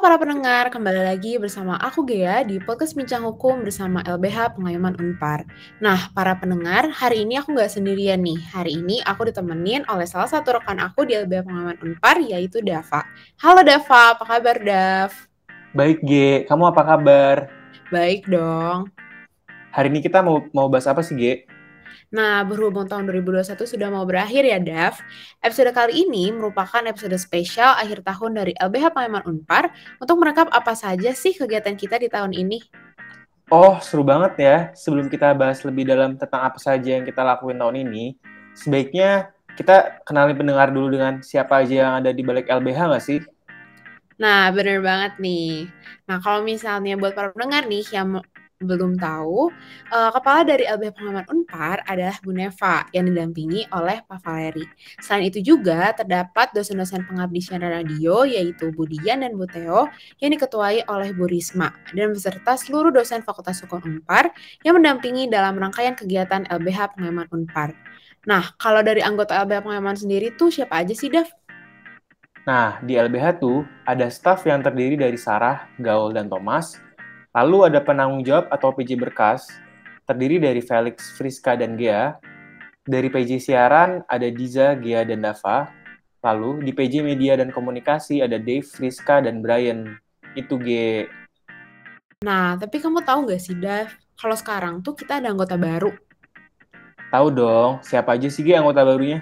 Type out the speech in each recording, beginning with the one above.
para pendengar, kembali lagi bersama aku Gea di podcast Bincang Hukum bersama LBH Pengayoman Unpar. Nah, para pendengar, hari ini aku nggak sendirian nih. Hari ini aku ditemenin oleh salah satu rekan aku di LBH Pengayoman Unpar, yaitu Dava. Halo Dava, apa kabar Dav? Baik, G. Kamu apa kabar? Baik dong. Hari ini kita mau bahas apa sih, G? Nah, berhubung tahun 2021 sudah mau berakhir ya, Dav. Episode kali ini merupakan episode spesial akhir tahun dari LBH Pengayoman Unpar untuk merekap apa saja sih kegiatan kita di tahun ini. Oh, seru banget ya. Sebelum kita bahas lebih dalam tentang apa saja yang kita lakuin tahun ini, sebaiknya kita kenalin pendengar dulu dengan siapa aja yang ada di balik LBH nggak sih? Nah, bener banget nih. Nah, kalau misalnya buat para pendengar nih yang belum tahu, kepala dari LBH Pengaman Unpar adalah Bu Neva yang didampingi oleh Pak Valeri. Selain itu juga terdapat dosen-dosen pengabdi siaran radio yaitu Bu Dian dan Bu Teo yang diketuai oleh Bu Risma dan beserta seluruh dosen Fakultas Hukum Unpar yang mendampingi dalam rangkaian kegiatan LBH Pengaman Unpar. Nah, kalau dari anggota LBH Pengaman sendiri tuh siapa aja sih, Dav? Nah, di LBH tuh ada staf yang terdiri dari Sarah, Gaul, dan Thomas. Lalu ada penanggung jawab atau PJ Berkas, terdiri dari Felix, Friska, dan Gea. Dari PJ Siaran ada Diza, Gea, dan Dava. Lalu di PJ Media dan Komunikasi ada Dave, Friska, dan Brian. Itu G. Nah, tapi kamu tahu nggak sih, Dav, kalau sekarang tuh kita ada anggota baru. Tahu dong, siapa aja sih G anggota barunya?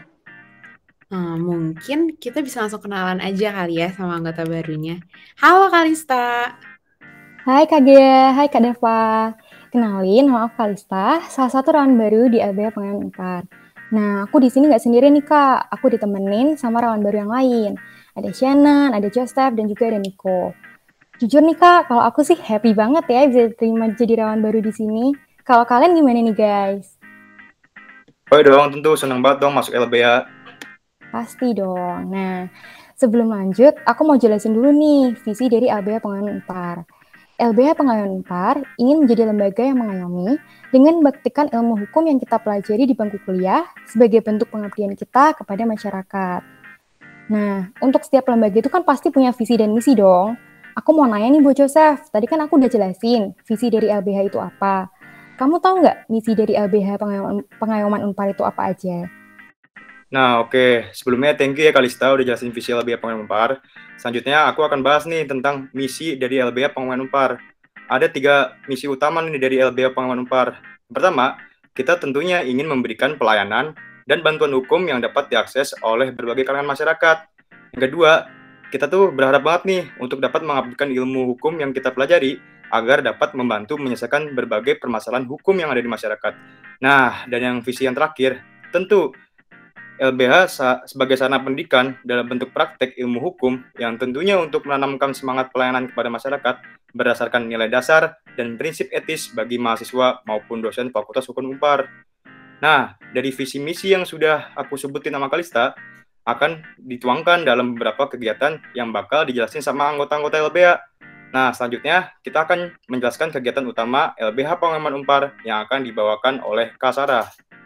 Nah, mungkin kita bisa langsung kenalan aja kali ya sama anggota barunya. Halo Kalista. Hai Kak Gea, hai Kak Deva. Kenalin, nama aku Kalista, salah satu relawan baru di LBH Pengayoman Unpar. Nah, aku di sini nggak sendiri nih Kak, aku ditemenin sama relawan baru yang lain. Ada Shannon, ada Joseph, dan juga ada Nico. Jujur nih Kak, kalau aku sih happy banget ya bisa terima jadi relawan baru di sini. Kalau kalian gimana nih guys? Oh dong, tentu seneng banget dong masuk LBH. Pasti dong. Nah, sebelum lanjut, aku mau jelasin dulu nih visi dari LBH Pengayoman Unpar. LBH Pengayoman Unpar ingin menjadi lembaga yang mengayomi dengan membaktikan ilmu hukum yang kita pelajari di bangku kuliah sebagai bentuk pengabdian kita kepada masyarakat. Nah, untuk setiap lembaga itu kan pasti punya visi dan misi dong. Aku mau nanya nih buat Joseph, tadi kan aku udah jelasin visi dari LBH itu apa. Kamu tahu nggak misi dari LBH Pengayoman Unpar itu apa aja? Nah oke, sebelumnya thank you ya Kalista udah jelasin visi LBH Pengayoman Unpar. Selanjutnya aku akan bahas nih tentang misi dari LBH Pengayoman Unpar. Ada 3 misi utama nih dari LBH Pengayoman Unpar. Pertama, kita tentunya ingin memberikan pelayanan dan bantuan hukum yang dapat diakses oleh berbagai kalangan masyarakat. Yang kedua, kita tuh berharap banget nih untuk dapat mengabdikan ilmu hukum yang kita pelajari agar dapat membantu menyelesaikan berbagai permasalahan hukum yang ada di masyarakat. Nah, dan yang visi yang terakhir, tentu LBH sebagai sarana pendidikan dalam bentuk praktek ilmu hukum yang tentunya untuk menanamkan semangat pelayanan kepada masyarakat berdasarkan nilai dasar dan prinsip etis bagi mahasiswa maupun dosen Fakultas Hukum Unpar. Nah, dari visi misi yang sudah aku sebutin sama Kalista, akan dituangkan dalam beberapa kegiatan yang bakal dijelasin sama anggota-anggota LBH. Nah, selanjutnya kita akan menjelaskan kegiatan utama LBH Pengayoman Unpar yang akan dibawakan oleh Kak Sarah.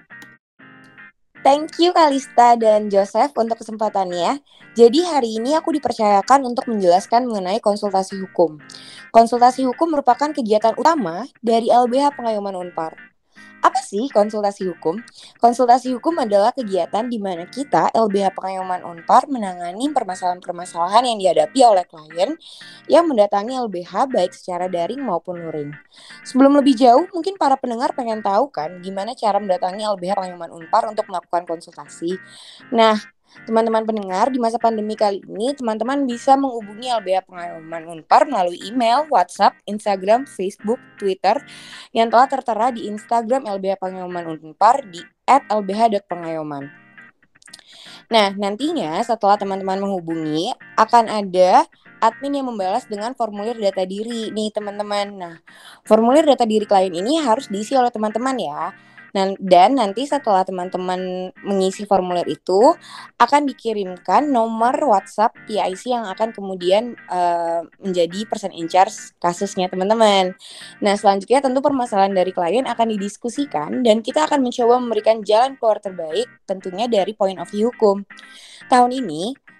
Thank you Kalista dan Joseph untuk kesempatannya. Jadi hari ini aku dipercayakan untuk menjelaskan mengenai konsultasi hukum. Konsultasi hukum merupakan kegiatan utama dari LBH Pengayoman Unpar. Apa sih konsultasi hukum? Konsultasi hukum adalah kegiatan di mana kita LBH Pengayoman Unpar menangani permasalahan-permasalahan yang dihadapi oleh klien yang mendatangi LBH baik secara daring maupun luring. Sebelum lebih jauh, mungkin para pendengar pengen tahu kan gimana cara mendatangi LBH Pengayoman Unpar untuk melakukan konsultasi. Nah, teman-teman pendengar, di masa pandemi kali ini, teman-teman bisa menghubungi LBH Pengayoman Unpar melalui email, WhatsApp, Instagram, Facebook, Twitter, yang telah tertera di Instagram LBH Pengayoman Unpar di @lbh.pengayoman. Nah, nantinya setelah teman-teman menghubungi, akan ada admin yang membalas dengan formulir data diri nih teman-teman. Nah, formulir data diri klien ini harus diisi oleh teman-teman ya. Dan nanti setelah teman-teman mengisi formulir itu akan dikirimkan nomor WhatsApp PIC yang akan kemudian menjadi person in charge kasusnya teman-teman. Nah, selanjutnya tentu permasalahan dari klien akan didiskusikan dan kita akan mencoba memberikan jalan keluar terbaik tentunya dari point of view hukum. Tahun ini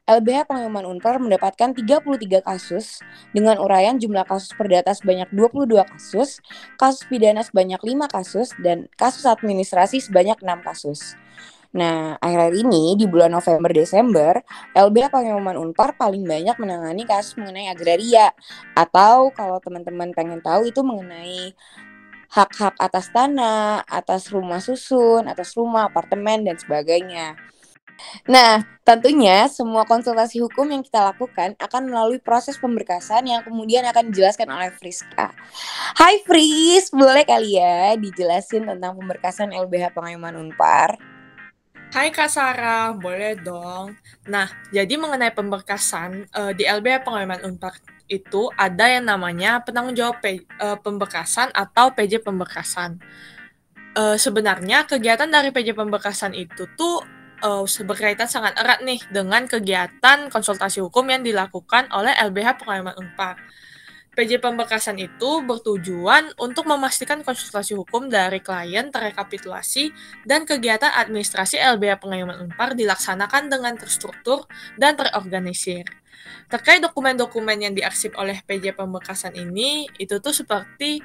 LBH Pengayuman Unpar mendapatkan 33 kasus dengan uraian jumlah kasus perdata sebanyak 22 kasus pidana sebanyak 5 kasus, dan kasus administrasi sebanyak 6 kasus. Nah, akhir-akhir ini di bulan November-Desember, LBH Pengayuman Unpar paling banyak menangani kasus mengenai agraria, atau kalau teman-teman pengen tahu itu mengenai hak-hak atas tanah, atas rumah susun, atas rumah, apartemen, dan sebagainya. Nah, tentunya semua konsultasi hukum yang kita lakukan akan melalui proses pemberkasan yang kemudian akan dijelaskan oleh Friska. Hai Fris, boleh kali ya dijelasin tentang pemberkasan LBH Pengayuman Unpar? Hai Kak Sarah, boleh dong. Nah, jadi mengenai pemberkasan di LBH Pengayuman Unpar itu ada yang namanya penanggung jawab pemberkasan atau PJ Pemberkasan. Sebenarnya kegiatan dari PJ Pemberkasan itu tuh berkaitan sangat erat nih dengan kegiatan konsultasi hukum yang dilakukan oleh LBH Pengayuman Unpar. PJ Pemberkasan itu bertujuan untuk memastikan konsultasi hukum dari klien terrekapitulasi dan kegiatan administrasi LBH Pengayuman Unpar dilaksanakan dengan terstruktur dan terorganisir. Terkait dokumen-dokumen yang diarsip oleh PJ Pemberkasan ini, itu tuh seperti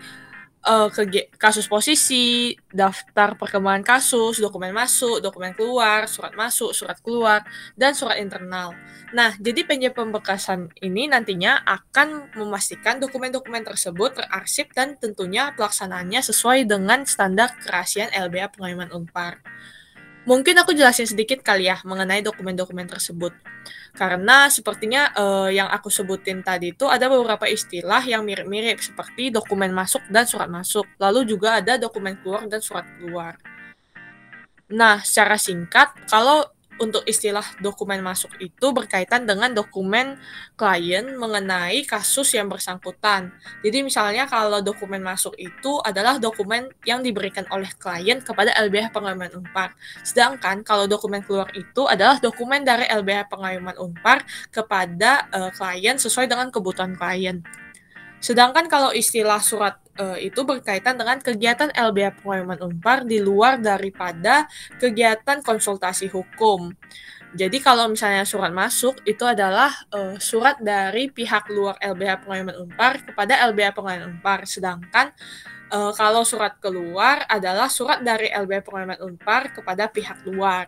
kasus posisi, daftar perkembangan kasus, dokumen masuk, dokumen keluar, surat masuk, surat keluar, dan surat internal. Nah, jadi PJ Pemberkasan ini nantinya akan memastikan dokumen-dokumen tersebut terarsip dan tentunya pelaksanaannya sesuai dengan standar kerahasiaan LBH Pengayuman Unpar. Mungkin aku jelasin sedikit kali ya mengenai dokumen-dokumen tersebut. Karena sepertinya yang aku sebutin tadi itu ada beberapa istilah yang mirip-mirip seperti dokumen masuk dan surat masuk. Lalu juga ada dokumen keluar dan surat keluar. Nah, secara singkat, kalau untuk istilah dokumen masuk itu berkaitan dengan dokumen klien mengenai kasus yang bersangkutan. Jadi misalnya kalau dokumen masuk itu adalah dokumen yang diberikan oleh klien kepada LBH Pengayuman Unpar. Sedangkan kalau dokumen keluar itu adalah dokumen dari LBH Pengayuman Unpar kepada klien sesuai dengan kebutuhan klien. Sedangkan kalau istilah surat itu berkaitan dengan kegiatan LBH Pengayuman Unpar di luar daripada kegiatan konsultasi hukum. Jadi kalau misalnya surat masuk itu adalah surat dari pihak luar LBH Pengayuman Unpar kepada LBH Pengayuman Unpar. Sedangkan kalau surat keluar adalah surat dari LBH Pengayuman Unpar kepada pihak luar.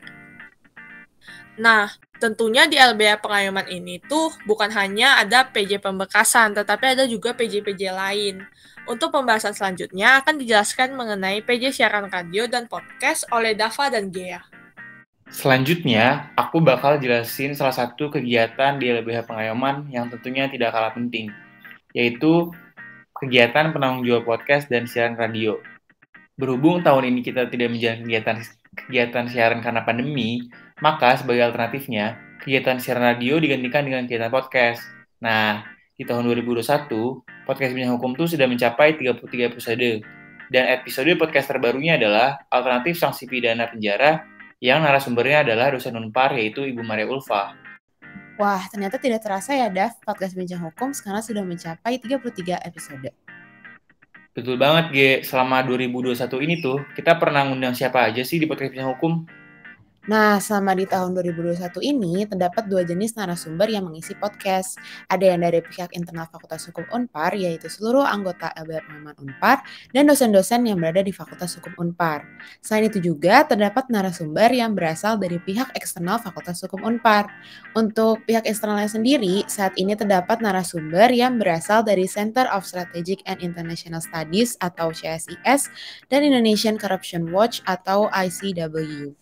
Nah, tentunya di LBH Pengayuman ini tuh bukan hanya ada PJ Pemberkasan, tetapi ada juga PJ-PJ lain. Untuk pembahasan selanjutnya akan dijelaskan mengenai PJ siaran radio dan podcast oleh Dava dan Gea. Selanjutnya, aku bakal jelasin salah satu kegiatan di LBH Pengayuman yang tentunya tidak kalah penting, yaitu kegiatan penanggung jawab podcast dan siaran radio. Berhubung tahun ini kita tidak menjalankan kegiatan siaran karena pandemi, maka sebagai alternatifnya, kegiatan siaran radio digantikan dengan kegiatan podcast. Nah, di tahun 2021, podcast Bincang Hukum itu sudah mencapai 33 episode. Dan episode podcast terbarunya adalah Alternatif Sanksi Pidana Penjara, yang narasumbernya adalah dosen Unpar, yaitu Ibu Maria Ulfa. Wah, ternyata tidak terasa ya, Dav, podcast Bincang Hukum sekarang sudah mencapai 33 episode. Betul banget, Ge. Selama 2021 ini tuh, kita pernah ngundang siapa aja sih di podcast Bincang Hukum? Nah, selama di tahun 2021 ini, terdapat 2 jenis narasumber yang mengisi podcast. Ada yang dari pihak internal Fakultas Hukum Unpar, yaitu seluruh anggota LBH Pengayuman Unpar, dan dosen-dosen yang berada di Fakultas Hukum Unpar. Selain itu juga, terdapat narasumber yang berasal dari pihak eksternal Fakultas Hukum Unpar. Untuk pihak eksternalnya sendiri, saat ini terdapat narasumber yang berasal dari Center of Strategic and International Studies atau CSIS, dan Indonesian Corruption Watch atau ICW.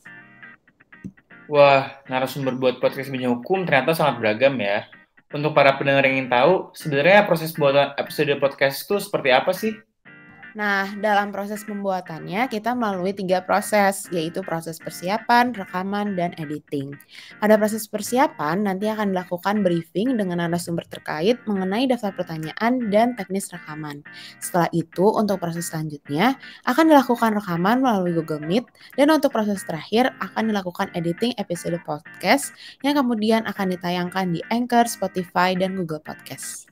Wah, narasumber buat podcast Bincang Hukum ternyata sangat beragam ya. Untuk para pendengar yang ingin tahu, sebenarnya proses pembuatan episode podcast itu seperti apa sih? Nah, dalam proses pembuatannya kita melalui 3 proses, yaitu proses persiapan, rekaman, dan editing. Pada proses persiapan, nanti akan dilakukan briefing dengan narasumber terkait mengenai daftar pertanyaan dan teknis rekaman. Setelah itu, untuk proses selanjutnya, akan dilakukan rekaman melalui Google Meet, dan untuk proses terakhir akan dilakukan editing episode podcast yang kemudian akan ditayangkan di Anchor, Spotify, dan Google Podcast.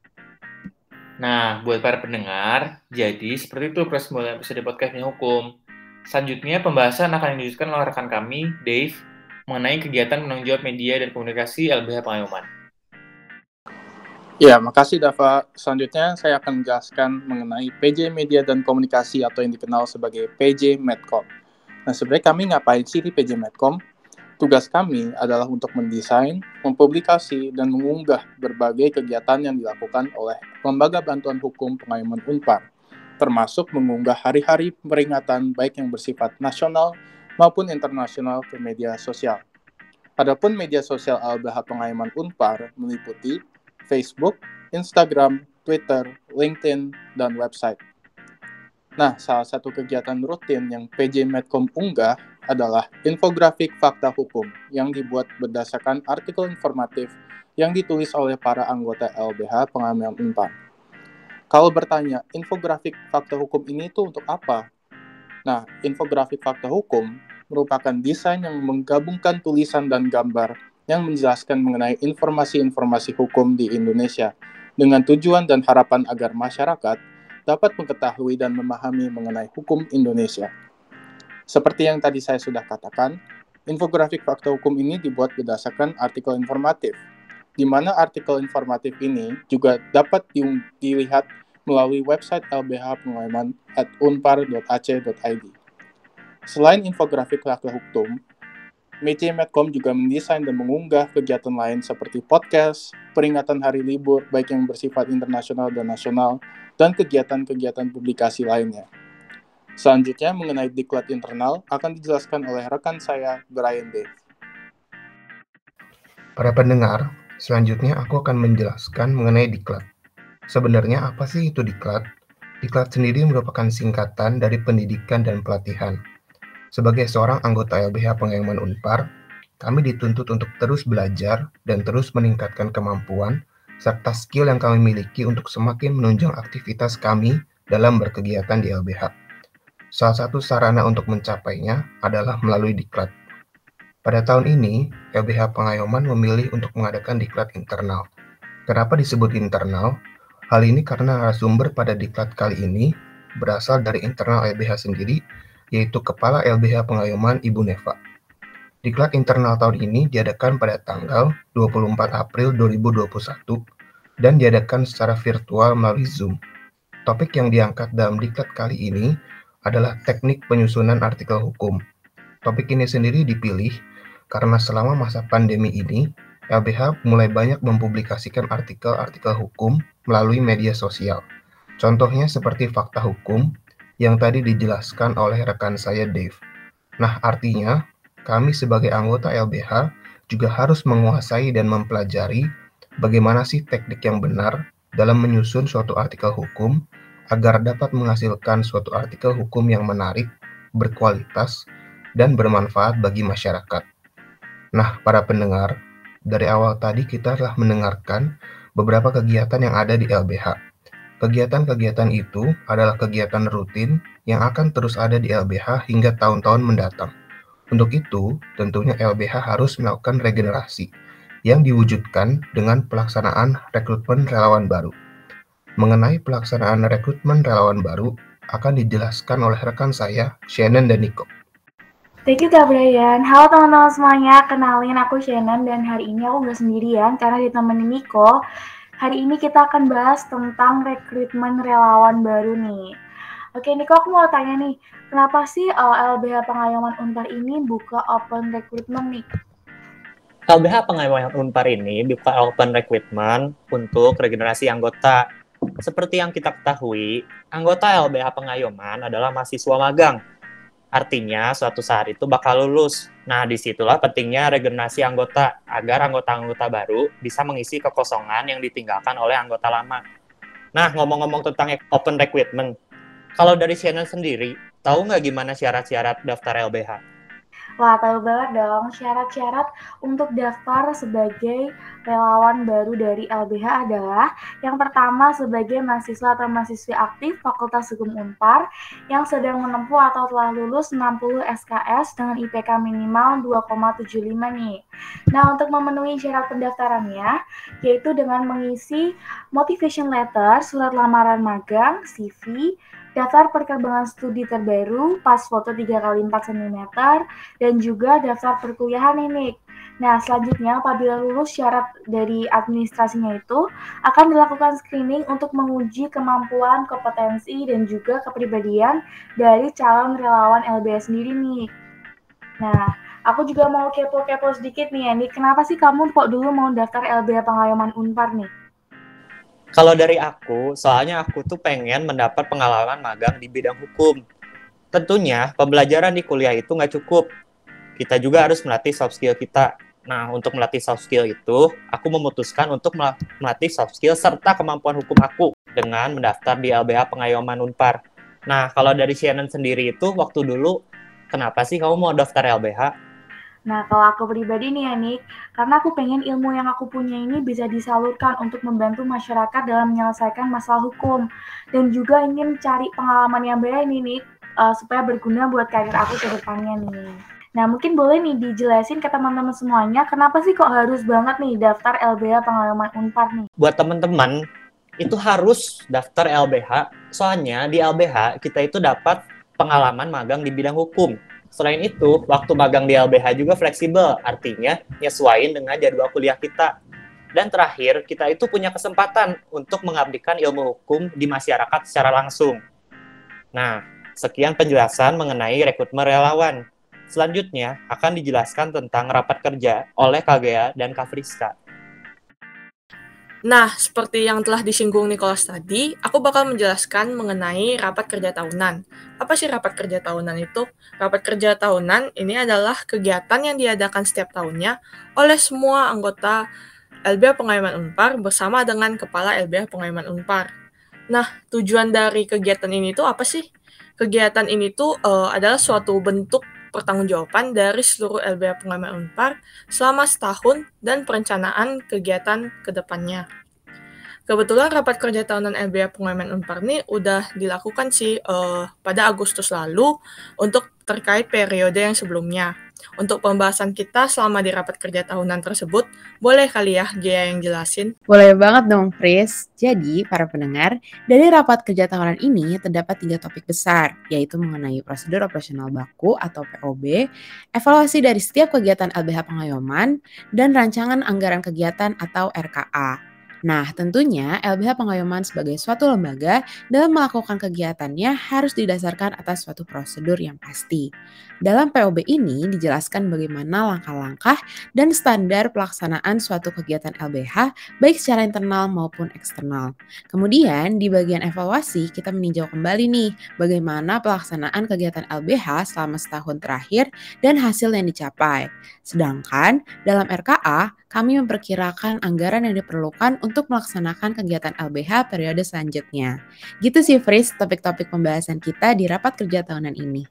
Nah, buat para pendengar, jadi seperti itu proses pembuatan episode podcast Bincang Hukum. Selanjutnya, pembahasan akan dilanjutkan oleh rekan kami, Dave, mengenai kegiatan penanggung jawab media dan komunikasi LBH Pengayoman. Ya, makasih Dava. Selanjutnya saya akan menjelaskan mengenai PJ Media dan Komunikasi atau yang dikenal sebagai PJ Medcom. Nah, sebenarnya kami ngapain sih di PJ Medcom? Tugas kami adalah untuk mendesain, mempublikasi, dan mengunggah berbagai kegiatan yang dilakukan oleh Lembaga Bantuan Hukum Pengayoman Unpar, termasuk mengunggah hari-hari peringatan baik yang bersifat nasional maupun internasional ke media sosial. Adapun media sosial LBH Pengayoman Unpar meliputi Facebook, Instagram, Twitter, LinkedIn, dan website. Nah, salah satu kegiatan rutin yang PJ Medcom unggah adalah infografik fakta hukum yang dibuat berdasarkan artikel informatif yang ditulis oleh para anggota LBH Pengayoman Unpar. Kalau bertanya, infografik fakta hukum ini itu untuk apa? Nah, infografik fakta hukum merupakan desain yang menggabungkan tulisan dan gambar yang menjelaskan mengenai informasi-informasi hukum di Indonesia dengan tujuan dan harapan agar masyarakat dapat mengetahui dan memahami mengenai hukum Indonesia. Seperti yang tadi saya sudah katakan, infografik fakta hukum ini dibuat berdasarkan artikel informatif, di mana artikel informatif ini juga dapat dilihat melalui website LBH Pengayoman @unpar.ac.id. Selain infografik fakta hukum, PJ Medcom juga mendesain dan mengunggah kegiatan lain seperti podcast, peringatan hari libur baik yang bersifat internasional dan nasional, dan kegiatan-kegiatan publikasi lainnya. Selanjutnya mengenai diklat internal akan dijelaskan oleh rekan saya, Brian Dave. Para pendengar, selanjutnya aku akan menjelaskan mengenai diklat. Sebenarnya apa sih itu diklat? Diklat sendiri merupakan singkatan dari pendidikan dan pelatihan. Sebagai seorang anggota LBH Pengayoman Unpar, kami dituntut untuk terus belajar dan terus meningkatkan kemampuan serta skill yang kami miliki untuk semakin menunjang aktivitas kami dalam berkegiatan di LBH. Salah satu sarana untuk mencapainya adalah melalui diklat. Pada tahun ini, LBH Pengayoman memilih untuk mengadakan diklat internal. Kenapa disebut internal? Hal ini karena narasumber pada diklat kali ini berasal dari internal LBH sendiri, yaitu Kepala LBH Pengayoman Ibu Neva. Diklat internal tahun ini diadakan pada tanggal 24 April 2021 dan diadakan secara virtual melalui Zoom. Topik yang diangkat dalam diklat kali ini adalah teknik penyusunan artikel hukum. Topik ini sendiri dipilih karena selama masa pandemi ini, LBH mulai banyak mempublikasikan artikel-artikel hukum melalui media sosial. Contohnya seperti fakta hukum yang tadi dijelaskan oleh rekan saya Dave. Nah, artinya kami sebagai anggota LBH juga harus menguasai dan mempelajari bagaimana sih teknik yang benar dalam menyusun suatu artikel hukum agar dapat menghasilkan suatu artikel hukum yang menarik, berkualitas, dan bermanfaat bagi masyarakat. Nah, para pendengar, dari awal tadi kita telah mendengarkan beberapa kegiatan yang ada di LBH. Kegiatan-kegiatan itu adalah kegiatan rutin yang akan terus ada di LBH hingga tahun-tahun mendatang. Untuk itu, tentunya LBH harus melakukan regenerasi yang diwujudkan dengan pelaksanaan rekrutmen relawan baru. Mengenai pelaksanaan rekrutmen relawan baru akan dijelaskan oleh rekan saya, Shannon dan Nico. Thank you Kak Brian. Halo teman-teman semuanya, kenalin aku Shannon dan hari ini aku nggak sendirian karena ditemani Nico. Hari ini kita akan bahas tentang rekrutmen relawan baru nih. Oke Nico, aku mau tanya nih, kenapa sih LBH Pengayoman Unpar ini buka open recruitment nih? LBH Pengayoman Unpar ini buka open recruitment untuk regenerasi anggota. Seperti yang kita ketahui, anggota LBH Pengayoman adalah mahasiswa magang. Artinya, suatu saat itu bakal lulus. Nah, disitulah pentingnya regenerasi anggota, agar anggota-anggota baru bisa mengisi kekosongan yang ditinggalkan oleh anggota lama. Nah, ngomong-ngomong tentang open recruitment, kalau dari Shannon sendiri, tahu nggak gimana syarat-syarat daftar LBH? Wah, tahu banget dong. Syarat-syarat untuk daftar sebagai relawan baru dari LBH adalah yang pertama sebagai mahasiswa atau mahasiswi aktif Fakultas Hukum Unpar yang sedang menempuh atau telah lulus 60 SKS dengan IPK minimal 2,75 nih. Nah, untuk memenuhi syarat pendaftarannya, yaitu dengan mengisi motivation letter, surat lamaran magang, CV, daftar perkembangan studi terbaru, pas foto 3x4 cm, dan juga daftar perkuliahan ini. Nah, selanjutnya apabila lulus syarat dari administrasinya itu akan dilakukan screening untuk menguji kemampuan, kompetensi, dan juga kepribadian dari calon relawan LBH sendiri nih. Nah, aku juga mau kepo-kepo sedikit nih ya, nih. Kenapa sih kamu kok dulu mau daftar LBH Pengayoman Unpar nih? Kalau dari aku, soalnya aku tuh pengen mendapat pengalaman magang di bidang hukum. Tentunya, pembelajaran di kuliah itu nggak cukup. Kita juga harus melatih soft skill kita. Nah, untuk melatih soft skill itu, aku memutuskan untuk melatih soft skill serta kemampuan hukum aku dengan mendaftar di LBH Pengayoman Unpar. Nah, kalau dari Shannon sendiri itu, waktu dulu, kenapa sih kamu mau daftar LBH? Nah, kalau aku pribadi nih ya, Nik, karena aku pengen ilmu yang aku punya ini bisa disalurkan untuk membantu masyarakat dalam menyelesaikan masalah hukum. Dan juga ingin cari pengalaman yang baik nih, Nik, supaya berguna buat karir aku ke depannya nih. Nah, mungkin boleh nih dijelasin ke teman-teman semuanya, kenapa sih kok harus banget nih daftar LBH Pengayoman Unpar nih? Buat teman-teman, itu harus daftar LBH, soalnya di LBH kita itu dapat pengalaman magang di bidang hukum. Selain itu, waktu magang di LBH juga fleksibel, artinya nyesuaiin dengan jadwal kuliah kita. Dan terakhir, kita itu punya kesempatan untuk mengabdikan ilmu hukum di masyarakat secara langsung. Nah, sekian penjelasan mengenai rekrutmen relawan. Selanjutnya akan dijelaskan tentang rapat kerja oleh KGA dan Kak Friska. Nah, seperti yang telah disinggung Nicholas tadi, aku bakal menjelaskan mengenai rapat kerja tahunan. Apa sih rapat kerja tahunan itu? Rapat kerja tahunan ini adalah kegiatan yang diadakan setiap tahunnya oleh semua anggota LBH Pengayoman Unpar bersama dengan Kepala LBH Pengayoman Unpar. Nah, tujuan dari kegiatan ini tuh apa sih? Kegiatan ini tuh adalah suatu bentuk pertanggungjawaban dari seluruh LBH Pengayoman Unpar selama setahun dan perencanaan kegiatan ke depannya. Kebetulan rapat kerja tahunan LBH Pengayoman Unpar ini udah dilakukan sih pada Agustus lalu untuk terkait periode yang sebelumnya. Untuk pembahasan kita selama di rapat kerja tahunan tersebut, boleh kali ya Gia yang jelasin? Boleh banget dong, Pris. Jadi, para pendengar, dari rapat kerja tahunan ini terdapat 3 topik besar, yaitu mengenai prosedur operasional baku atau POB, evaluasi dari setiap kegiatan LBH Pengayoman, dan rancangan anggaran kegiatan atau RKA. Nah, tentunya LBH Pengayoman sebagai suatu lembaga dalam melakukan kegiatannya harus didasarkan atas suatu prosedur yang pasti. Dalam POB ini dijelaskan bagaimana langkah-langkah dan standar pelaksanaan suatu kegiatan LBH baik secara internal maupun eksternal. Kemudian di bagian evaluasi kita meninjau kembali nih bagaimana pelaksanaan kegiatan LBH selama setahun terakhir dan hasil yang dicapai. Sedangkan dalam RKA kami memperkirakan anggaran yang diperlukan untuk melaksanakan kegiatan LBH periode selanjutnya. Gitu sih Fris, topik-topik pembahasan kita di rapat kerja tahunan ini.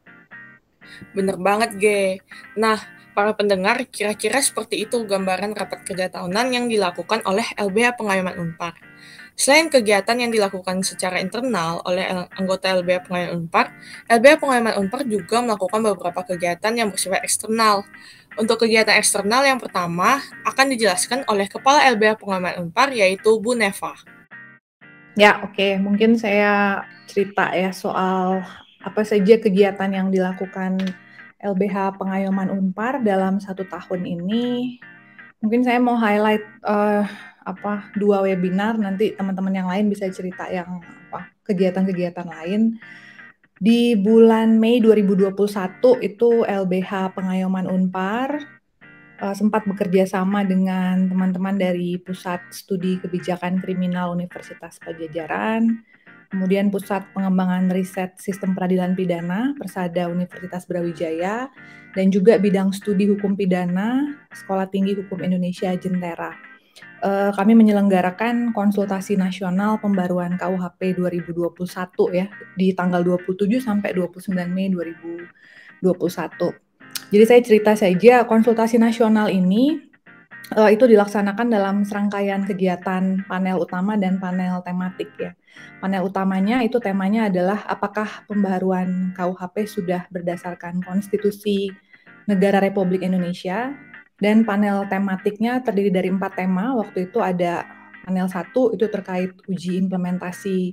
Bener banget, Ge. Nah, para pendengar, kira-kira seperti itu gambaran rapat kerja tahunan yang dilakukan oleh LBH Pengayoman Unpar. Selain kegiatan yang dilakukan secara internal oleh anggota LBH Pengayoman Unpar, LBH Pengayoman Unpar juga melakukan beberapa kegiatan yang bersifat eksternal. Untuk kegiatan eksternal yang pertama akan dijelaskan oleh Kepala LBH Pengayoman Unpar, yaitu Bu Neva. Ya, oke. Mungkin saya cerita ya soal apa saja kegiatan yang dilakukan LBH Pengayoman Unpar dalam 1 tahun ini. Mungkin saya mau highlight 2 webinar, nanti teman-teman yang lain bisa cerita yang kegiatan-kegiatan lain. Di bulan Mei 2021 itu LBH Pengayoman Unpar sempat bekerja sama dengan teman-teman dari Pusat Studi Kebijakan Kriminal Universitas Pajajaran, kemudian Pusat Pengembangan Riset Sistem Peradilan Pidana Persada Universitas Brawijaya, dan juga bidang studi hukum pidana Sekolah Tinggi Hukum Indonesia Jentera. Kami menyelenggarakan konsultasi nasional pembaruan KUHP 2021 ya di tanggal 27 sampai 29 Mei 2021. Jadi saya cerita saja, konsultasi nasional ini itu dilaksanakan dalam serangkaian kegiatan panel utama dan panel tematik ya. Panel utamanya itu temanya adalah apakah pembaharuan KUHP sudah berdasarkan konstitusi Negara Republik Indonesia, dan panel tematiknya terdiri dari 4 tema. Waktu itu ada panel 1 itu terkait uji implementasi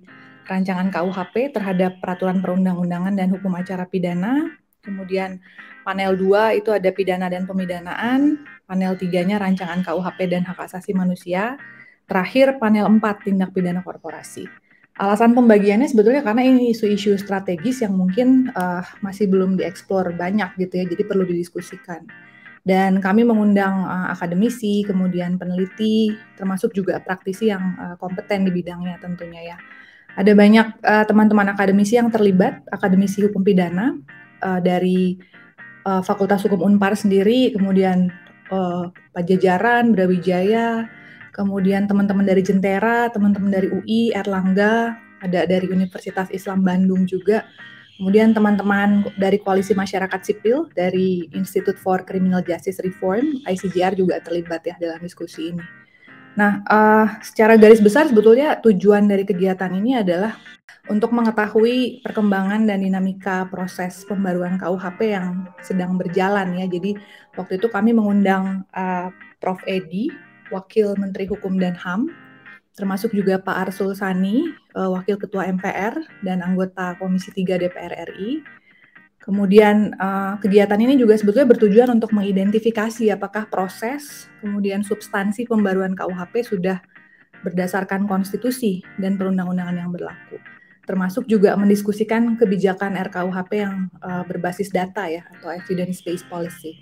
rancangan KUHP terhadap peraturan perundang-undangan dan hukum acara pidana. Kemudian panel 2 itu ada pidana dan pemidanaan, panel 3-nya rancangan KUHP dan hak asasi manusia, terakhir panel 4 tindak pidana korporasi. Alasan pembagiannya sebetulnya karena ini isu-isu strategis yang mungkin masih belum dieksplor banyak gitu ya, jadi perlu didiskusikan. Dan kami mengundang akademisi, kemudian peneliti, termasuk juga praktisi yang kompeten di bidangnya tentunya ya. Ada banyak teman-teman akademisi yang terlibat, akademisi hukum pidana dari Fakultas Hukum Unpar sendiri, kemudian Pajajaran, Brawijaya, kemudian teman-teman dari Jentera, teman-teman dari UI, Erlangga, ada dari Universitas Islam Bandung juga, kemudian teman-teman dari Koalisi Masyarakat Sipil, dari Institute for Criminal Justice Reform, ICJR juga terlibat ya dalam diskusi ini. Nah, secara garis besar sebetulnya tujuan dari kegiatan ini adalah untuk mengetahui perkembangan dan dinamika proses pembaruan KUHP yang sedang berjalan ya. Jadi waktu itu kami mengundang Prof. Edi, Wakil Menteri Hukum dan HAM, termasuk juga Pak Arsul Sani, Wakil Ketua MPR dan anggota Komisi 3 DPR RI. Kemudian kegiatan ini juga sebetulnya bertujuan untuk mengidentifikasi apakah proses, kemudian substansi pembaruan KUHP sudah berdasarkan konstitusi dan perundang-undangan yang berlaku. Termasuk juga mendiskusikan kebijakan RKUHP yang berbasis data ya, atau evidence-based policy.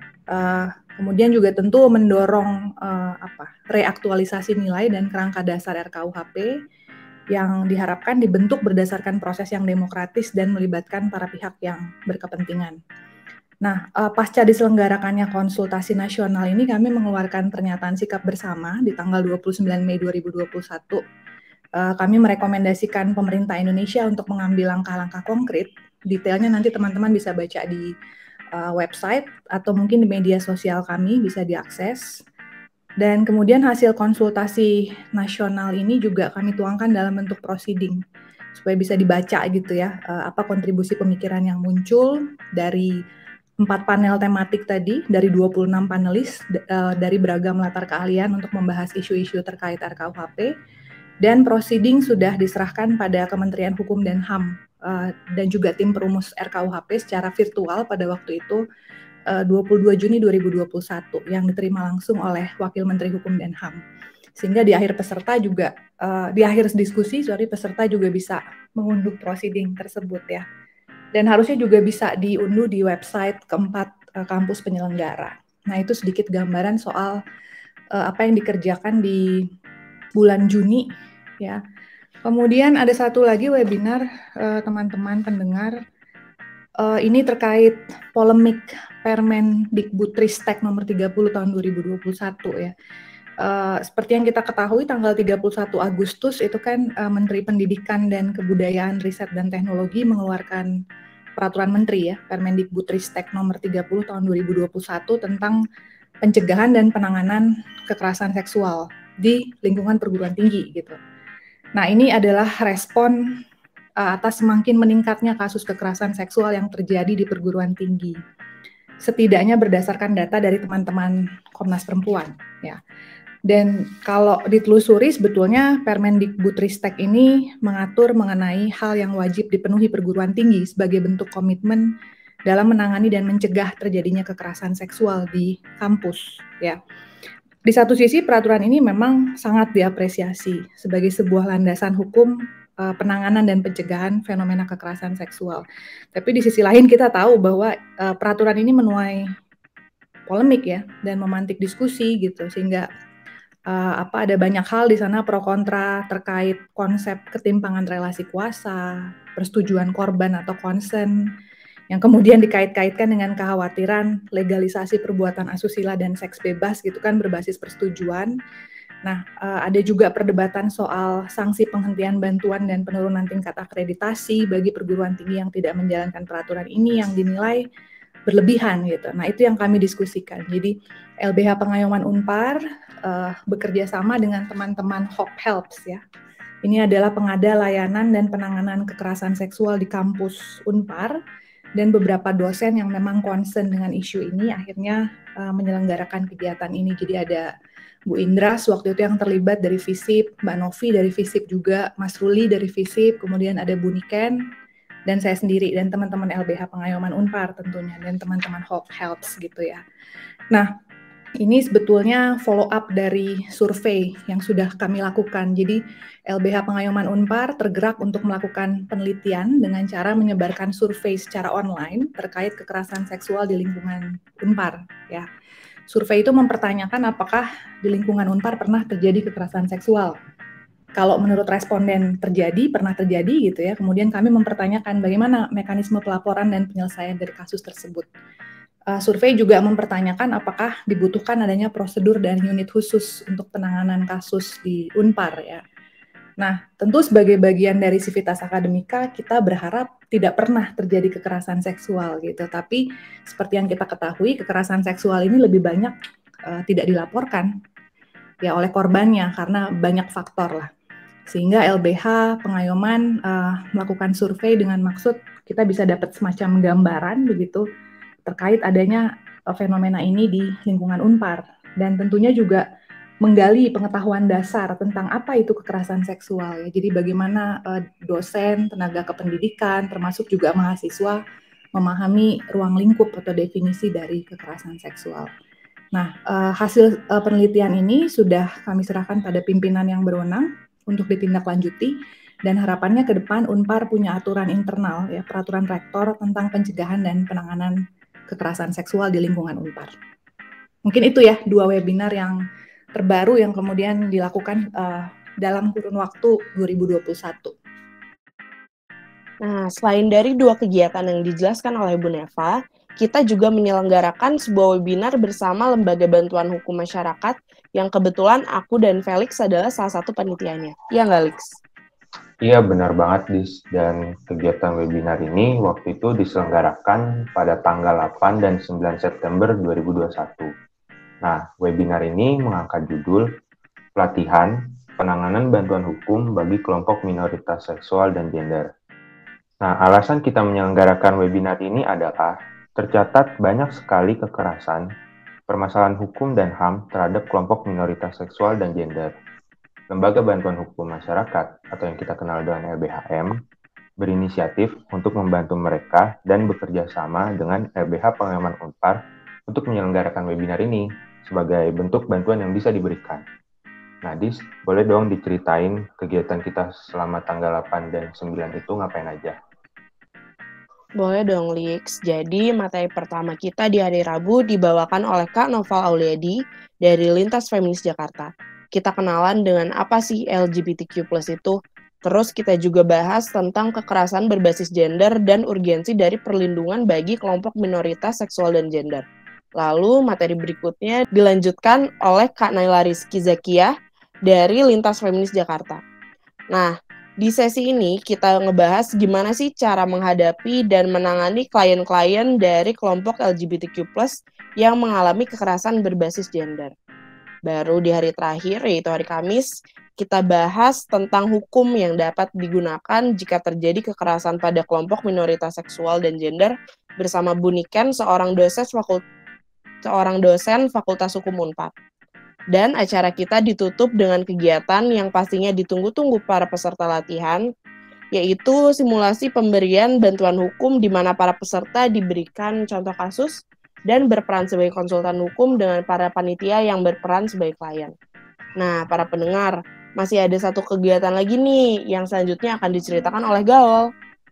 Kemudian juga tentu mendorong reaktualisasi nilai dan kerangka dasar RKUHP yang diharapkan dibentuk berdasarkan proses yang demokratis dan melibatkan para pihak yang berkepentingan. Nah, pasca diselenggarakannya konsultasi nasional ini kami mengeluarkan pernyataan sikap bersama di tanggal 29 Mei 2021. Kami merekomendasikan pemerintah Indonesia untuk mengambil langkah-langkah konkret. Detailnya nanti teman-teman bisa baca di website atau mungkin di media sosial kami bisa diakses. Dan kemudian hasil konsultasi nasional ini juga kami tuangkan dalam bentuk proceeding supaya bisa dibaca gitu ya, apa kontribusi pemikiran yang muncul dari 4 panel tematik tadi, dari 26 panelis dari beragam latar keahlian untuk membahas isu-isu terkait RKUHP. Dan proceeding sudah diserahkan pada Kementerian Hukum dan HAM dan juga tim perumus RKUHP secara virtual pada waktu itu 22 Juni 2021 yang diterima langsung oleh Wakil Menteri Hukum dan HAM. Sehingga di akhir diskusi peserta juga bisa mengunduh proceeding tersebut ya. Dan harusnya juga bisa diunduh di website keempat kampus penyelenggara. Nah, itu sedikit gambaran soal apa yang dikerjakan di bulan Juni ya. Kemudian ada satu lagi webinar teman-teman pendengar. Ini terkait polemik Permendikbudristek nomor 30 tahun 2021 ya. Seperti yang kita ketahui tanggal 31 Agustus itu kan Menteri Pendidikan dan Kebudayaan, Riset dan Teknologi mengeluarkan peraturan menteri ya, Permendikbudristek nomor 30 tahun 2021 tentang pencegahan dan penanganan kekerasan seksual di lingkungan perguruan tinggi gitu. Nah, ini adalah respon atas semakin meningkatnya kasus kekerasan seksual yang terjadi di perguruan tinggi. Setidaknya berdasarkan data dari teman-teman Komnas Perempuan ya. Dan kalau ditelusuri sebetulnya Permendikbudristek ini mengatur mengenai hal yang wajib dipenuhi perguruan tinggi sebagai bentuk komitmen dalam menangani dan mencegah terjadinya kekerasan seksual di kampus ya. Di satu sisi peraturan ini memang sangat diapresiasi sebagai sebuah landasan hukum penanganan dan pencegahan fenomena kekerasan seksual. Tapi di sisi lain kita tahu bahwa peraturan ini menuai polemik ya dan memantik diskusi gitu sehingga ada banyak hal di sana pro kontra terkait konsep ketimpangan relasi kuasa, persetujuan korban atau consent yang kemudian dikait-kaitkan dengan kekhawatiran legalisasi perbuatan asusila dan seks bebas gitu kan berbasis persetujuan. Nah, ada juga perdebatan soal sanksi penghentian bantuan dan penurunan tingkat akreditasi bagi perguruan tinggi yang tidak menjalankan peraturan ini yang dinilai berlebihan gitu. Nah, itu yang kami diskusikan. Jadi, LBH Pengayoman Unpar bekerja sama dengan teman-teman Hope Helps ya. Ini adalah pengada layanan dan penanganan kekerasan seksual di kampus Unpar dan beberapa dosen yang memang concern dengan isu ini akhirnya menyelenggarakan kegiatan ini. Jadi ada Bu Indras waktu itu yang terlibat dari FISIP, Mbak Novi dari FISIP juga, Mas Ruli dari FISIP, kemudian ada Bu Niken, dan saya sendiri, dan teman-teman LBH Pengayoman Unpar tentunya, dan teman-teman Hope Helps gitu ya. Nah, ini sebetulnya follow up dari survei yang sudah kami lakukan. Jadi LBH Pengayoman Unpar tergerak untuk melakukan penelitian dengan cara menyebarkan survei secara online terkait kekerasan seksual di lingkungan Unpar ya. Survei itu mempertanyakan apakah di lingkungan Unpar pernah terjadi kekerasan seksual. Kalau menurut responden pernah terjadi gitu ya. Kemudian kami mempertanyakan bagaimana mekanisme pelaporan dan penyelesaian dari kasus tersebut. Survei juga mempertanyakan apakah dibutuhkan adanya prosedur dan unit khusus untuk penanganan kasus di Unpar ya. Nah, tentu sebagai bagian dari Civitas Akademika, kita berharap tidak pernah terjadi kekerasan seksual gitu. Tapi seperti yang kita ketahui, kekerasan seksual ini lebih banyak tidak dilaporkan ya oleh korbannya karena banyak faktor lah. Sehingga LBH Pengayoman melakukan survei dengan maksud kita bisa dapat semacam gambaran begitu terkait adanya fenomena ini di lingkungan Unpar. Dan tentunya juga menggali pengetahuan dasar tentang apa itu kekerasan seksual ya. Jadi bagaimana dosen, tenaga kependidikan, termasuk juga mahasiswa memahami ruang lingkup atau definisi dari kekerasan seksual. Nah, hasil penelitian ini sudah kami serahkan pada pimpinan yang berwenang untuk ditindaklanjuti dan harapannya ke depan Unpar punya aturan internal ya, peraturan rektor tentang pencegahan dan penanganan kekerasan seksual di lingkungan Unpar. Mungkin itu ya 2 webinar yang terbaru yang kemudian dilakukan dalam kurun waktu 2021. Nah, selain dari 2 kegiatan yang dijelaskan oleh Bu Neva, kita juga menyelenggarakan sebuah webinar bersama Lembaga Bantuan Hukum Masyarakat yang kebetulan aku dan Felix adalah salah satu panitianya. Iya nggak, Lex? Iya, benar banget, Dis. Dan kegiatan webinar ini waktu itu diselenggarakan pada tanggal 8 dan 9 September 2021. Nah, webinar ini mengangkat judul Pelatihan Penanganan Bantuan Hukum bagi Kelompok Minoritas Seksual dan Gender. Nah, alasan kita menyelenggarakan webinar ini adalah tercatat banyak sekali kekerasan, permasalahan hukum dan HAM terhadap kelompok minoritas seksual dan gender. Lembaga Bantuan Hukum Masyarakat, atau yang kita kenal dengan LBHM, berinisiatif untuk membantu mereka dan bekerja sama dengan LBH Pengayoman Unpar untuk menyelenggarakan webinar ini sebagai bentuk bantuan yang bisa diberikan. Nah, Dis, boleh dong diceritain kegiatan kita selama tanggal 8 dan 9 itu ngapain aja? Boleh dong, Lix. Jadi, materi pertama kita di hari Rabu dibawakan oleh Kak Noval Auliadi dari Lintas Feminis Jakarta. Kita kenalan dengan apa sih LGBTQ+ itu. Terus kita juga bahas tentang kekerasan berbasis gender dan urgensi dari perlindungan bagi kelompok minoritas seksual dan gender. Lalu materi berikutnya dilanjutkan oleh Kak Naila Rizky Zakiah dari Lintas Feminis Jakarta. Nah, di sesi ini kita ngebahas gimana sih cara menghadapi dan menangani klien-klien dari kelompok LGBTQ+ yang mengalami kekerasan berbasis gender. Baru di hari terakhir, yaitu hari Kamis, kita bahas tentang hukum yang dapat digunakan jika terjadi kekerasan pada kelompok minoritas seksual dan gender bersama Bu Niken, seorang dosen Fakultas Hukum Unpar. Dan acara kita ditutup dengan kegiatan yang pastinya ditunggu-tunggu para peserta latihan, yaitu simulasi pemberian bantuan hukum di mana para peserta diberikan contoh kasus dan berperan sebagai konsultan hukum dengan para panitia yang berperan sebagai klien. Nah, para pendengar, masih ada satu kegiatan lagi nih yang selanjutnya akan diceritakan oleh Gaul.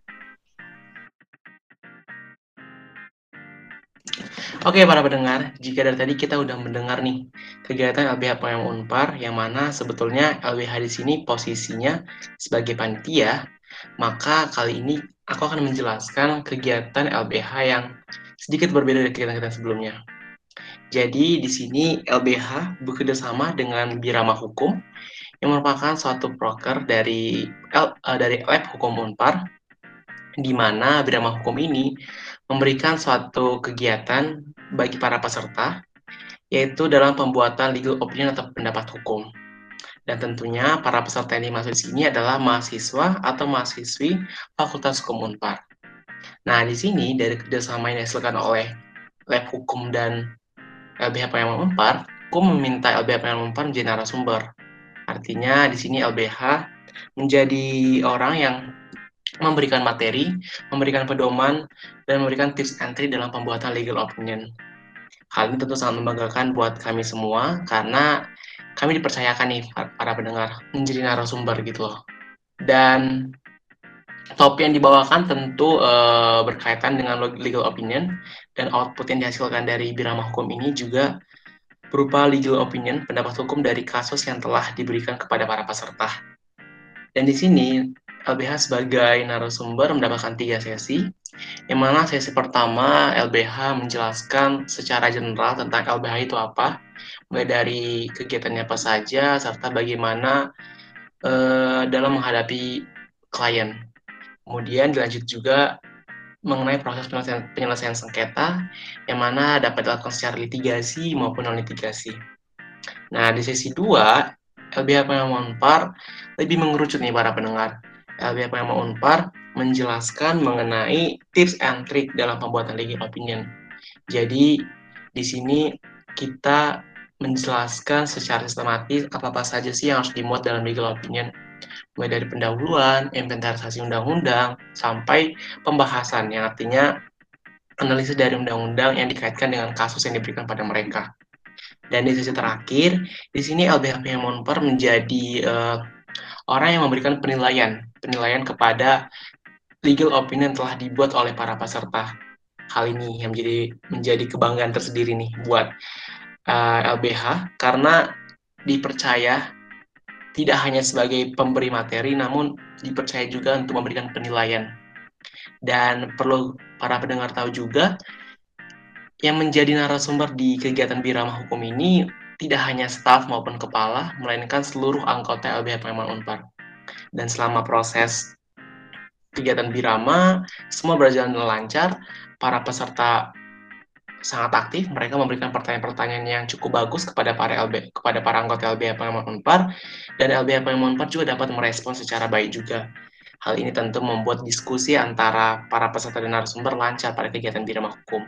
Oke, para pendengar, jika dari tadi kita udah mendengar nih kegiatan LBH Pengayoman Unpar, yang mana sebetulnya LBH di sini posisinya sebagai panitia, maka kali ini aku akan menjelaskan kegiatan LBH yang sedikit berbeda dari kegiatan kita sebelumnya. Jadi di sini LBH bekerja sama dengan Birama Hukum, yang merupakan suatu proker dari Lab Hukum Unpar, di mana Birama Hukum ini memberikan suatu kegiatan bagi para peserta, yaitu dalam pembuatan legal opinion atau pendapat hukum. Dan tentunya para peserta yang dimaksud di sini adalah mahasiswa atau mahasiswi Fakultas Hukum Unpar. Nah, di sini dari kerjasama yang dihasilkan oleh Lab Hukum dan LBH Pengayoman Unpar, Hukum meminta LBH Pengayuman Unpar menjadi narasumber. Artinya di sini LBH menjadi orang yang memberikan materi, memberikan pedoman, dan memberikan tips and trick dalam pembuatan legal opinion. Hal ini tentu sangat membanggakan buat kami semua karena kami dipercayakan nih para pendengar menjadi narasumber gitu loh. Dan topik yang dibawakan tentu berkaitan dengan legal opinion, dan output yang dihasilkan dari Birama Hukum ini juga berupa legal opinion, pendapat hukum dari kasus yang telah diberikan kepada para peserta. Dan di sini LBH sebagai narasumber mendapatkan 3 sesi, yang mana sesi pertama LBH menjelaskan secara general tentang LBH itu apa, mulai dari kegiatannya apa saja, serta bagaimana dalam menghadapi klien. Kemudian dilanjut juga mengenai proses penyelesaian sengketa, yang mana dapat dilakukan secara litigasi maupun non-litigasi. Nah, di sesi 2, LBH Pengayuman Unpar lebih mengerucut nih para pendengar. LBH Pengayuman Unpar menjelaskan mengenai tips and trick dalam pembuatan legal opinion. Jadi, di sini kita menjelaskan secara sistematis apa-apa saja sih yang harus dimuat dalam legal opinion, mulai dari pendahuluan, inventarisasi undang-undang, sampai pembahasan, yang artinya analisis dari undang-undang yang dikaitkan dengan kasus yang diberikan pada mereka. Dan di sesi terakhir, di sini LBH Pengayuman Unpar menjadi orang yang memberikan penilaian kepada legal opinion yang telah dibuat oleh para peserta. Hal ini yang menjadi kebanggaan tersendiri nih buat LBH, karena dipercaya tidak hanya sebagai pemberi materi, namun dipercaya juga untuk memberikan penilaian. Dan perlu para pendengar tahu juga, yang menjadi narasumber di kegiatan Birama Hukum ini tidak hanya staf maupun kepala, melainkan seluruh anggota LBH Pengayuman Unpar. Dan selama proses kegiatan Birama, semua berjalan dengan lancar, para peserta sangat aktif, mereka memberikan pertanyaan-pertanyaan yang cukup bagus kepada para anggota LBH Pengayuman Unpar, dan LBH Pengayuman Unpar juga dapat merespon secara baik juga. Hal ini tentu membuat diskusi antara para peserta dan narasumber lancar pada kegiatan Birama Hukum.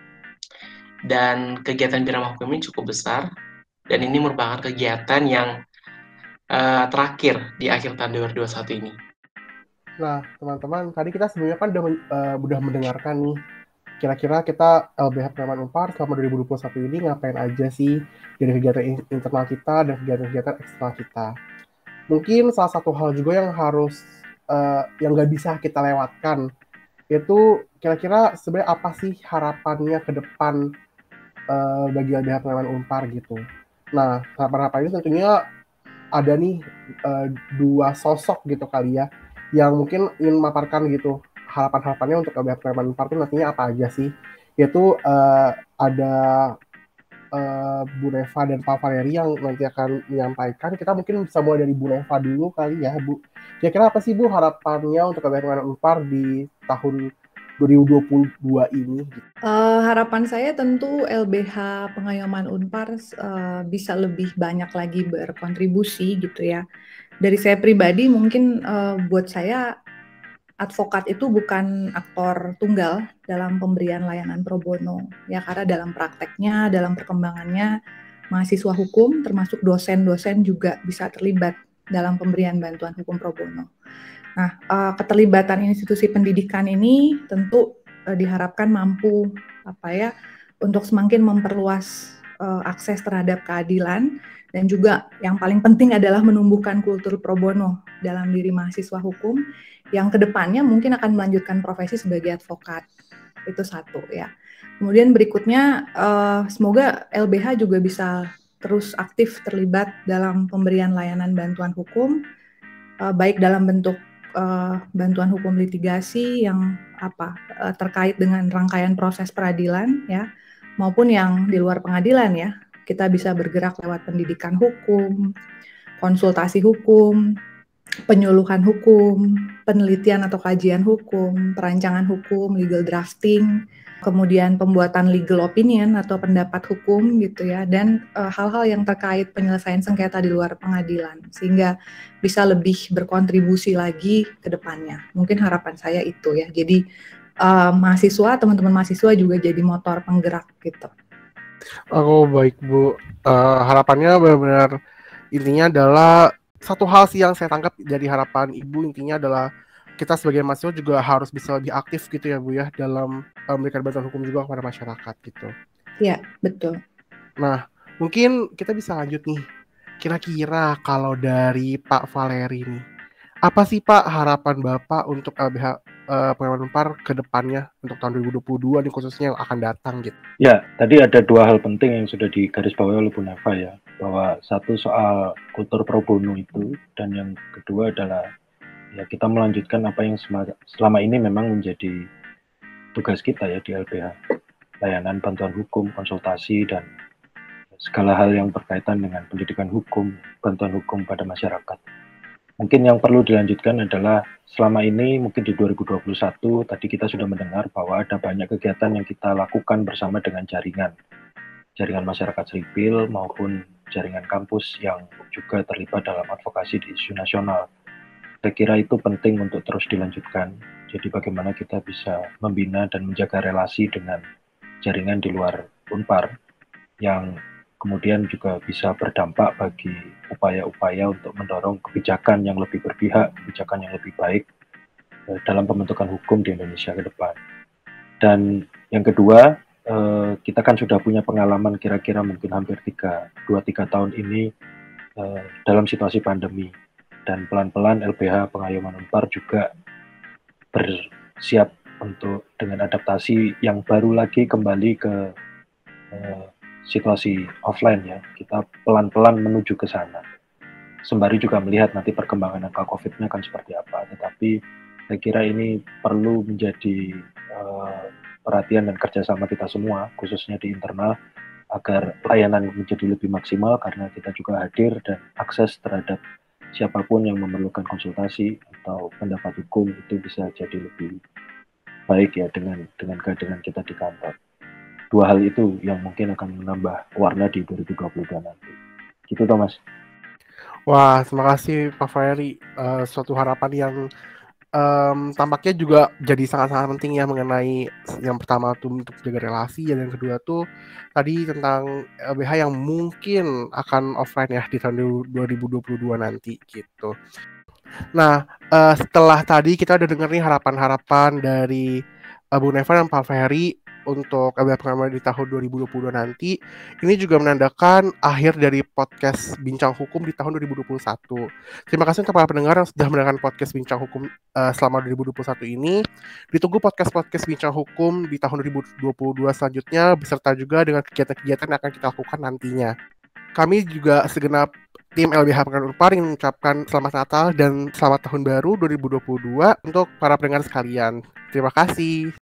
Dan kegiatan Birama Hukum ini cukup besar, dan ini merupakan kegiatan yang terakhir di akhir tahun 2021 ini. Nah, teman-teman, tadi kita sebenarnya kan udah mendengarkan nih, kira-kira kita LBH Pengayuman Unpar selama 2021 ini ngapain aja sih dari kegiatan internal kita dan kegiatan-kegiatan eksternal kita. Mungkin salah satu hal juga yang harus yang nggak bisa kita lewatkan itu kira-kira sebenarnya apa sih harapannya ke depan bagi LBH Pengayuman Unpar gitu. Nah, harapan-harapan ini tentunya ada nih 2 sosok gitu kali ya, yang mungkin ingin memaparkan gitu harapan-harapannya untuk LBH Pengayuman Unpar itu nantinya apa aja sih. Yaitu ada Bu Neva dan Pak Valeri yang nanti akan menyampaikan. Kita mungkin bisa mulai dari Bu Neva dulu kali ya, Bu. Kira-kira apa sih Bu harapannya untuk LBH Pengayuman Unpar di tahun 2022 ini? Harapan saya tentu LBH Pengayuman Unpar bisa lebih banyak lagi berkontribusi gitu ya. Dari saya pribadi mungkin buat saya advokat itu bukan aktor tunggal dalam pemberian layanan pro bono ya, karena dalam prakteknya, dalam perkembangannya mahasiswa hukum termasuk dosen-dosen juga bisa terlibat dalam pemberian bantuan hukum pro bono. Nah, keterlibatan institusi pendidikan ini tentu diharapkan mampu untuk semakin memperluas akses terhadap keadilan, dan juga yang paling penting adalah menumbuhkan kultur pro bono dalam diri mahasiswa hukum yang kedepannya mungkin akan melanjutkan profesi sebagai advokat. Itu satu ya. Kemudian berikutnya semoga LBH juga bisa terus aktif terlibat dalam pemberian layanan bantuan hukum, baik dalam bentuk bantuan hukum litigasi yang terkait dengan rangkaian proses peradilan ya, maupun yang di luar pengadilan ya. Kita bisa bergerak lewat pendidikan hukum, konsultasi hukum, penyuluhan hukum, penelitian atau kajian hukum, perancangan hukum, legal drafting, kemudian pembuatan legal opinion atau pendapat hukum gitu ya, dan hal-hal yang terkait penyelesaian sengketa di luar pengadilan, sehingga bisa lebih berkontribusi lagi ke depannya. Mungkin harapan saya itu ya, jadi teman-teman mahasiswa juga jadi motor penggerak gitu. Oh baik Bu. Harapannya benar-benar intinya adalah satu hal sih yang saya tangkap dari harapan Ibu intinya adalah kita sebagai mahasiswa juga harus bisa lebih aktif gitu ya Bu ya dalam memberikan bantuan hukum juga kepada masyarakat gitu. Iya, betul. Nah, mungkin kita bisa lanjut nih. Kira-kira kalau dari Pak Valeri nih, apa sih Pak harapan Bapak untuk LBH Pengayoman Unpar ke depannya untuk tahun 2022 nih khususnya yang akan datang gitu? Ya, tadi ada dua hal penting yang sudah digarisbawahi oleh Bu Neva ya, bahwa satu soal kultur pro bono itu, dan yang kedua adalah ya kita melanjutkan apa yang selama ini memang menjadi tugas kita ya di LBH, layanan bantuan hukum, konsultasi, dan segala hal yang berkaitan dengan pendidikan hukum, bantuan hukum pada masyarakat. Mungkin yang perlu dilanjutkan adalah selama ini mungkin di 2021 tadi kita sudah mendengar bahwa ada banyak kegiatan yang kita lakukan bersama dengan jaringan masyarakat sipil maupun jaringan kampus yang juga terlibat dalam advokasi di isu nasional. Saya kira itu penting untuk terus dilanjutkan. Jadi bagaimana kita bisa membina dan menjaga relasi dengan jaringan di luar Unpar yang kemudian juga bisa berdampak bagi upaya-upaya untuk mendorong kebijakan yang lebih berpihak, kebijakan yang lebih baik dalam pembentukan hukum di Indonesia ke depan. Dan yang kedua, kita kan sudah punya pengalaman kira-kira mungkin hampir 2-3 tahun ini dalam situasi pandemi. Dan pelan-pelan LBH Pengayoman Unpar juga bersiap untuk dengan adaptasi yang baru lagi kembali ke situasi offline ya, kita pelan-pelan menuju ke sana. Sembari juga melihat nanti perkembangan angka COVID-nya akan seperti apa. Tetapi saya kira ini perlu menjadi perhatian dan kerjasama kita semua, khususnya di internal, agar layanan menjadi lebih maksimal karena kita juga hadir dan akses terhadap siapapun yang memerlukan konsultasi atau pendapat hukum itu bisa jadi lebih baik ya dengan kehadiran kita di kantor. Dua hal itu yang mungkin akan menambah warna di 2022 nanti. Gitu Thomas. Wah, terima kasih Pak Valeri. Suatu harapan yang tampaknya juga jadi sangat-sangat penting ya mengenai yang pertama tuh untuk jaga relasi, dan yang kedua tuh tadi tentang LBH yang mungkin akan offline ya di tahun 2022 nanti gitu. Nah, setelah tadi kita udah denger nih harapan-harapan dari Bu Neva dan Pak Valeri untuk LBH Pengayoman di tahun 2022 nanti. Ini juga menandakan akhir dari podcast Bincang Hukum di tahun 2021. Terima kasih untuk para pendengar yang sudah mendengarkan podcast Bincang Hukum selama 2021 ini. Ditunggu podcast-podcast Bincang Hukum di tahun 2022 selanjutnya, beserta juga dengan kegiatan-kegiatan yang akan kita lakukan nantinya. Kami juga segenap tim LBH Pengayoman Unpar ingin mengucapkan selamat Natal dan selamat Tahun Baru 2022 untuk para pendengar sekalian. Terima kasih.